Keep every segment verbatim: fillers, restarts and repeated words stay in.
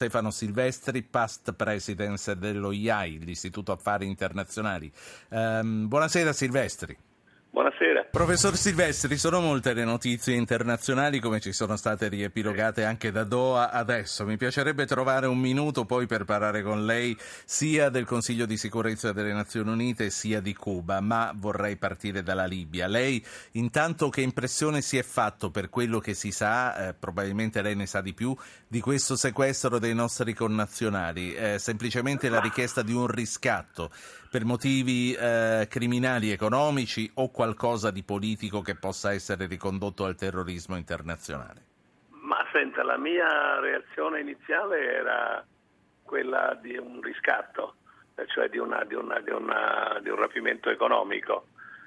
Stefano Silvestri, past president dello I A I, l'Istituto Affari Internazionali. Um, buonasera Silvestri. Buonasera. Professor Silvestri, sono molte le notizie internazionali come ci sono state riepilogate anche da Doha adesso. Mi piacerebbe trovare un minuto poi per parlare con lei sia del Consiglio di sicurezza delle Nazioni Unite sia di Cuba, ma vorrei partire dalla Libia. Lei intanto che impressione si è fatto per quello che si sa, eh, probabilmente lei ne sa di più, di questo sequestro dei nostri connazionali? Eh, semplicemente la richiesta di un riscatto per motivi eh, criminali economici o qualcosa di politico che possa essere ricondotto al terrorismo internazionale? Ma senta, la mia reazione iniziale era quella di un riscatto, cioè di, una, di, una, di, una, di un rapimento economico.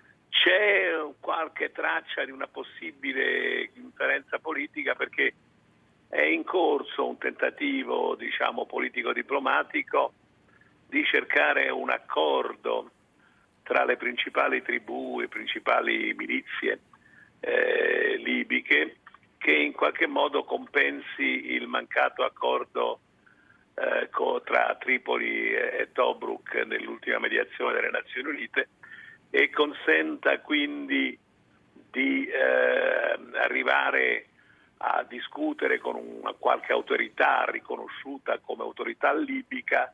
C'è qualche traccia di una possibile differenza politica perché è in corso un tentativo, diciamo, politico-diplomatico di cercare un accordo tra le principali tribù e principali milizie eh, libiche che in qualche modo compensi il mancato accordo eh, co- tra Tripoli e Tobruk nell'ultima mediazione delle Nazioni Unite e consenta quindi di eh, arrivare a discutere con una qualche autorità riconosciuta come autorità libica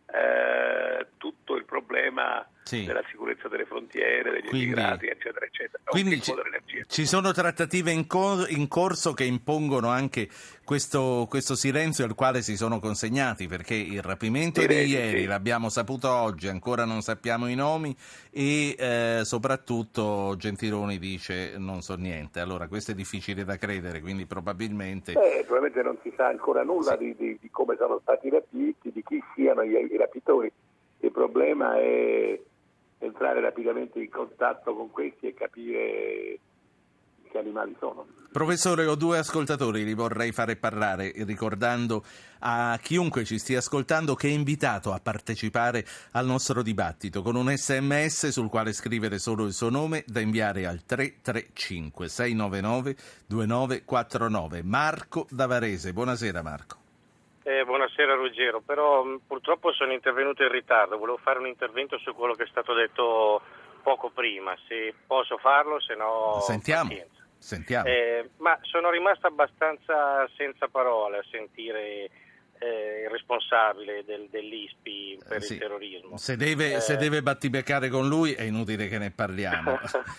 Eh, tutto il problema sì. della sicurezza delle frontiere, degli quindi, immigrati, eccetera, eccetera. Quindi ci, ci sono trattative in, co- in corso che impongono anche questo, questo silenzio al quale si sono consegnati, perché il rapimento Direi di ieri sì. l'abbiamo saputo oggi, ancora non sappiamo i nomi e eh, soprattutto Gentiloni dice non so niente. Allora questo è difficile da credere, quindi probabilmente... Eh, probabilmente non si sa ancora nulla sì. di, di, di come sono stati rapiti, di chi siano i, i rapitori. Il problema è entrare rapidamente in contatto con questi e capire che animali sono. Professore, ho due ascoltatori, li vorrei fare parlare ricordando a chiunque ci stia ascoltando che è invitato a partecipare al nostro dibattito con un sms sul quale scrivere solo il suo nome da inviare al tre tre cinque sei nove nove due nove quattro nove. Marco da Varese, buonasera Marco. Eh, buonasera Ruggero, però mh, purtroppo sono intervenuto in ritardo, volevo fare un intervento su quello che è stato detto poco prima, se posso farlo, se no sentiamo, pazienza. sentiamo. Eh, ma sono rimasto abbastanza senza parole a sentire eh, il responsabile del, dell'I S P I per eh, sì. il terrorismo. Se deve, eh... se deve battibeccare con lui è inutile che ne parliamo.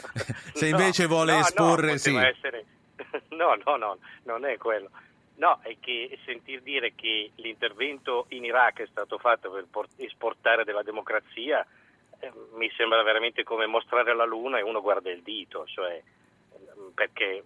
Se invece no, vuole no, esporre no, sì. Essere... no, no, no, non è quello. No, è che sentir dire che l'intervento in Iraq è stato fatto per port- esportare della democrazia eh, mi sembra veramente come mostrare la luna e uno guarda il dito, cioè perché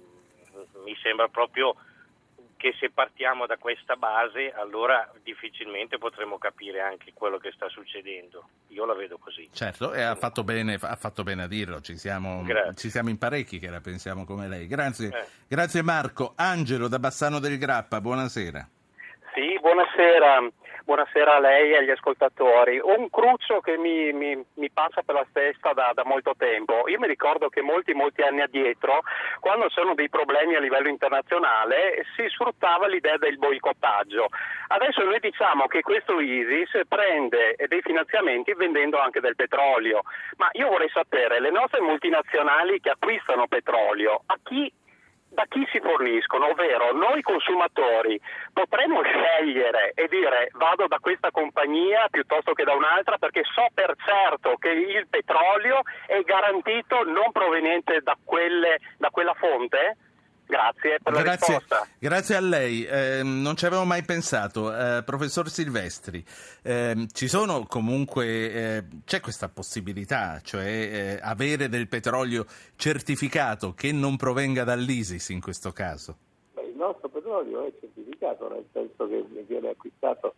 mh, mi sembra proprio che se partiamo da questa base allora difficilmente potremo capire anche quello che sta succedendo. Io la vedo così. Certo, e ha fatto bene, ha fatto bene a dirlo, ci siamo, ci siamo in parecchi che la pensiamo come lei. Grazie, eh. Grazie Marco. Angelo da Bassano del Grappa, buonasera. Sì, buonasera. Buonasera a lei e agli ascoltatori. Ho un cruccio che mi, mi, mi passa per la testa da, da molto tempo. Io mi ricordo che molti molti anni addietro, quando c'erano dei problemi a livello internazionale, si sfruttava l'idea del boicottaggio. Adesso noi diciamo che questo ISIS prende dei finanziamenti vendendo anche del petrolio. Ma io vorrei sapere, le nostre multinazionali che acquistano petrolio, a chi da chi si forniscono, ovvero noi consumatori potremmo scegliere e dire vado da questa compagnia piuttosto che da un'altra perché so per certo che il petrolio è garantito non proveniente da quelle da quella fonte? Grazie per la grazie, risposta. Grazie a lei, eh, non ci avevo mai pensato. Eh, professor Silvestri, eh, ci sono comunque, eh, c'è questa possibilità, cioè eh, avere del petrolio certificato che non provenga dall'ISIS in questo caso? Beh, il nostro petrolio è certificato, nel senso che viene acquistato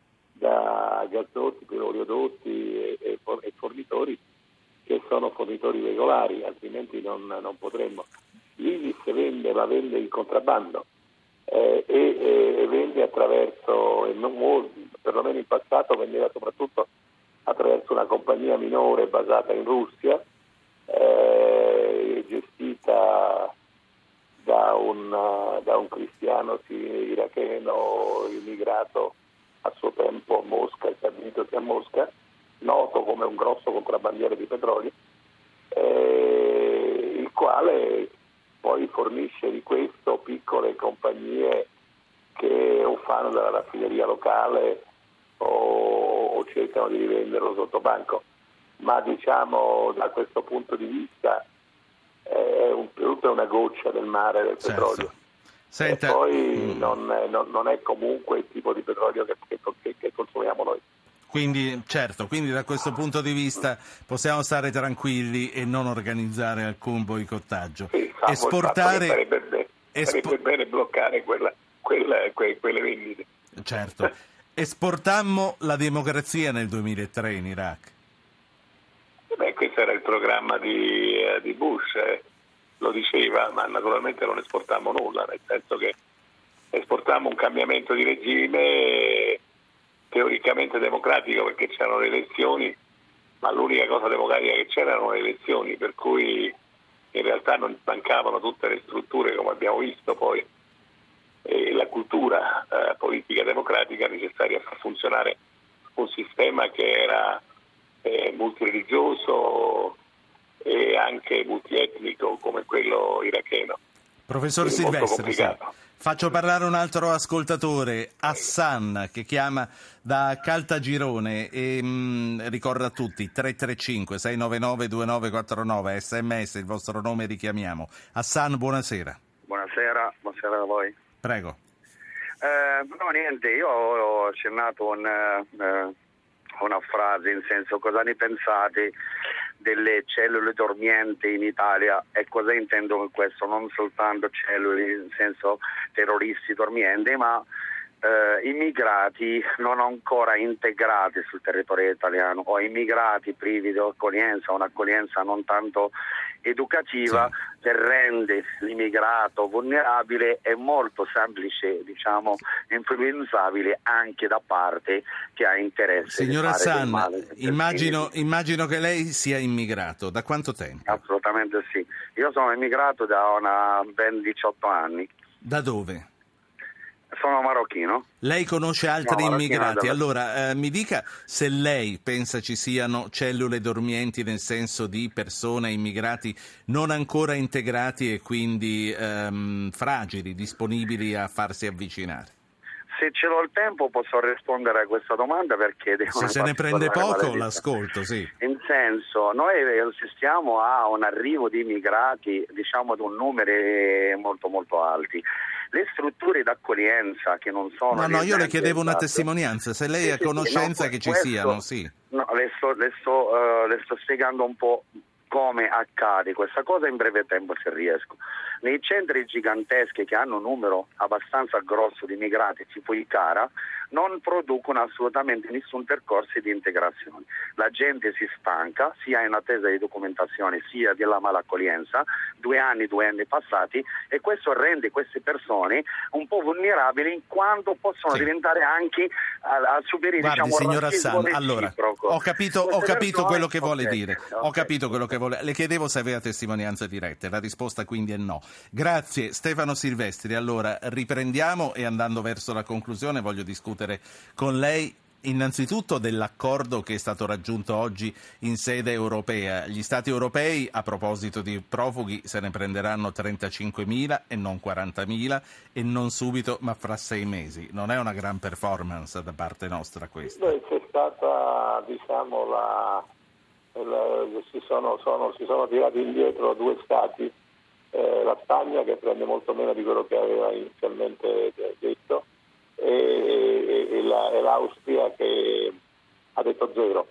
da gasdotti, oleodotti e, e, e fornitori che sono fornitori regolari, altrimenti non, non potremmo. L'ISIS vende, ma vende in contrabbando eh, e, e vende attraverso, e non, perlomeno in passato vendeva soprattutto attraverso una compagnia minore basata in Russia, eh, gestita da un, da un cristiano iracheno immigrato a suo tempo a Mosca, stabilitosi a Mosca, noto come un grosso contrabbandiere di petrolio, eh, il quale poi fornisce di questo piccole compagnie che o fanno della raffineria locale o, o cercano di rivenderlo sotto banco. Ma diciamo da questo punto di vista è un, è una goccia del mare del certo. petrolio. Senta, e poi mm. non, non, non è comunque il tipo di petrolio che, che, che consumiamo noi. Quindi, certo, quindi da questo punto di vista possiamo stare tranquilli e non organizzare alcun boicottaggio. Sì, Esportare... sarebbe bene, espo... sarebbe bene bloccare quella, quella, que, quelle vendite. Certo. Esportammo la democrazia nel duemilatré in Iraq. Beh, questo era il programma di, eh, di Bush, eh. Lo diceva, ma naturalmente non esportammo nulla, nel senso che esportammo un cambiamento di regime teoricamente democratico perché c'erano le elezioni, ma l'unica cosa democratica che c'era erano le elezioni, per cui in realtà non mancavano tutte le strutture, come abbiamo visto poi, e la cultura eh, politica democratica necessaria a far funzionare un sistema che era eh, multireligioso e anche multietnico come quello iracheno. Professor Quindi Silvestri, sì. Faccio parlare un altro ascoltatore, Hassan, che chiama da Caltagirone e mh, ricorda a tutti tre tre cinque sei nove nove due nove quattro nove, sms, il vostro nome richiamiamo. Hassan, buonasera. Buonasera, buonasera a voi. Prego. Eh, no, niente, io ho accennato un, eh, una frase, in senso, cosa ne pensate delle cellule dormienti in Italia, e cosa intendo con questo? Non soltanto cellule in senso terroristi dormienti, ma eh, immigrati non ancora integrati sul territorio italiano, o immigrati privi di accoglienza, un'accoglienza non tanto educativa, sì, che rende l'immigrato vulnerabile e molto semplice, diciamo, influenzabile anche da parte che ha interesse. Signor Hassan, male, immagino, immagino che lei sia immigrato. Da quanto tempo? Assolutamente sì. Io sono immigrato da una ben diciotto anni. Da dove? Sono marocchino. Lei conosce altri no, immigrati, da... allora eh, mi dica se lei pensa ci siano cellule dormienti, nel senso di persone, immigrati non ancora integrati e quindi ehm, fragili, disponibili a farsi avvicinare. Se ce l'ho il tempo posso rispondere a questa domanda, perché se se ne prende poco l'ascolto, sì. In senso, noi assistiamo a un arrivo di immigrati, diciamo, ad un numero molto molto alti. Le strutture d'accoglienza che non sono... No, no, io le chiedevo una testimonianza, se lei sì, ha conoscenza sì, no, che ci questo, siano, sì. No, le sto, le, sto, uh, le sto spiegando un po' come accade questa cosa in breve tempo, se riesco. Nei centri giganteschi che hanno un numero abbastanza grosso di immigrati, tipo i Cara, non producono assolutamente nessun percorso di integrazione. La gente si stanca, sia in attesa di documentazione sia della malaccoglienza, due anni, due anni passati, e questo rende queste persone un po' vulnerabili, in quanto possono sì. diventare anche a, a subire, Guardi, diciamo, signor Hassan, reciproco. allora, ho capito, ho capito quello che vuole okay, dire, okay, ho capito quello che vuole. Le chiedevo se aveva testimonianze dirette, la risposta quindi è no. Grazie Stefano Silvestri. Allora, riprendiamo e andando verso la conclusione voglio discutere con lei innanzitutto dell'accordo che è stato raggiunto oggi in sede europea. Gli Stati europei, a proposito di profughi, se ne prenderanno trentacinquemila e non quarantamila, e non subito ma fra sei mesi. Non è una gran performance da parte nostra questa? Beh, c'è stata, diciamo, la, la si, sono, sono, si sono tirati indietro due Stati, eh, la Spagna che prende molto meno di quello che aveva inizialmente detto, e, e, la, e l'Austria che ha detto zero.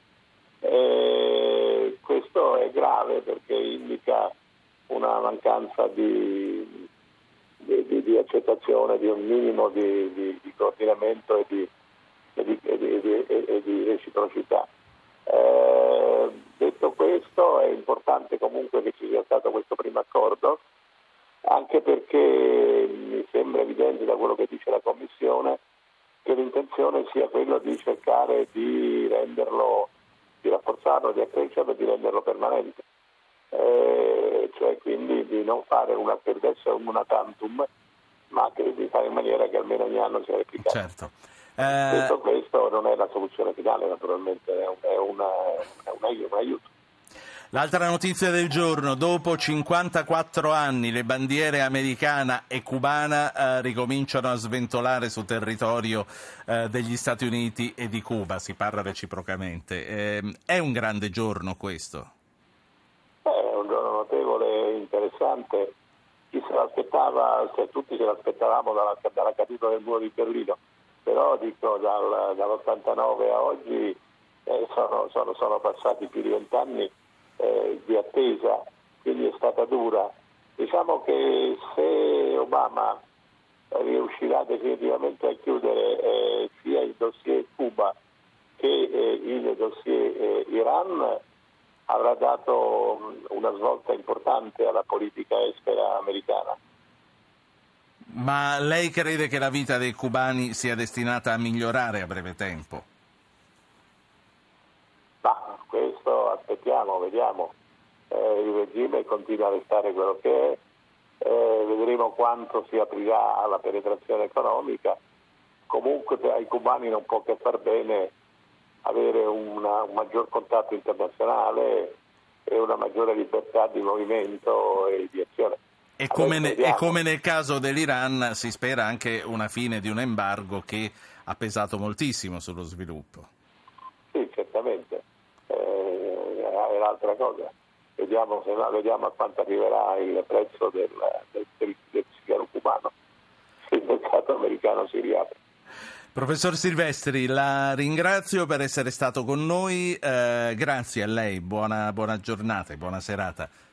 E questo è grave perché indica una mancanza di, di, di, di accettazione di un minimo di, di, di coordinamento e di, e di, e di, e di, e di reciprocità. Eh, detto questo, è importante comunque che ci sia stato questo primo accordo, anche perché mi sembra evidente da quello che dice la Commissione che l'intenzione sia quella di cercare di renderlo, di rafforzarlo, di accrescerlo e di renderlo permanente. eh, cioè quindi di non fare una per adesso una tantum, ma che di fare in maniera che almeno ogni anno sia replicata. Certo. Eh... Detto questo, non è la soluzione finale, naturalmente, è un, è una, è un, un aiuto. L'altra notizia del giorno: dopo cinquantaquattro anni le bandiere americana e cubana eh, ricominciano a sventolare sul territorio eh, degli Stati Uniti e di Cuba, si parla reciprocamente. Eh, è un grande giorno questo? È un giorno notevole, interessante. Chi se l'aspettava, se tutti ce l'aspettavamo dalla, dalla caduta del muro di Berlino, però dico dal, dall'ottantanove a oggi eh, sono, sono, sono passati più di vent'anni eh, di attesa, quindi è stata dura. Diciamo che se Obama riuscirà definitivamente a chiudere eh, sia il dossier Cuba che eh, il dossier eh, Iran, avrà dato una svolta importante alla politica estera americana. Ma lei crede che la vita dei cubani sia destinata a migliorare a breve tempo? Ma questo aspettiamo, vediamo. Eh, il regime continua a restare quello che è, eh, vedremo quanto si aprirà alla penetrazione economica. Comunque ai cubani non può che far bene avere una, un maggior contatto internazionale e una maggiore libertà di movimento e di azione. E come, ne, e come nel caso dell'Iran si spera anche una fine di un embargo che ha pesato moltissimo sullo sviluppo. Sì, certamente, eh, è l'altra cosa. Vediamo, se, vediamo a quanto arriverà il prezzo del, del, del, del sigaro cubano, se il mercato americano si riapre. Professor Silvestri, la ringrazio per essere stato con noi, eh, grazie a lei, buona, buona giornata e buona serata.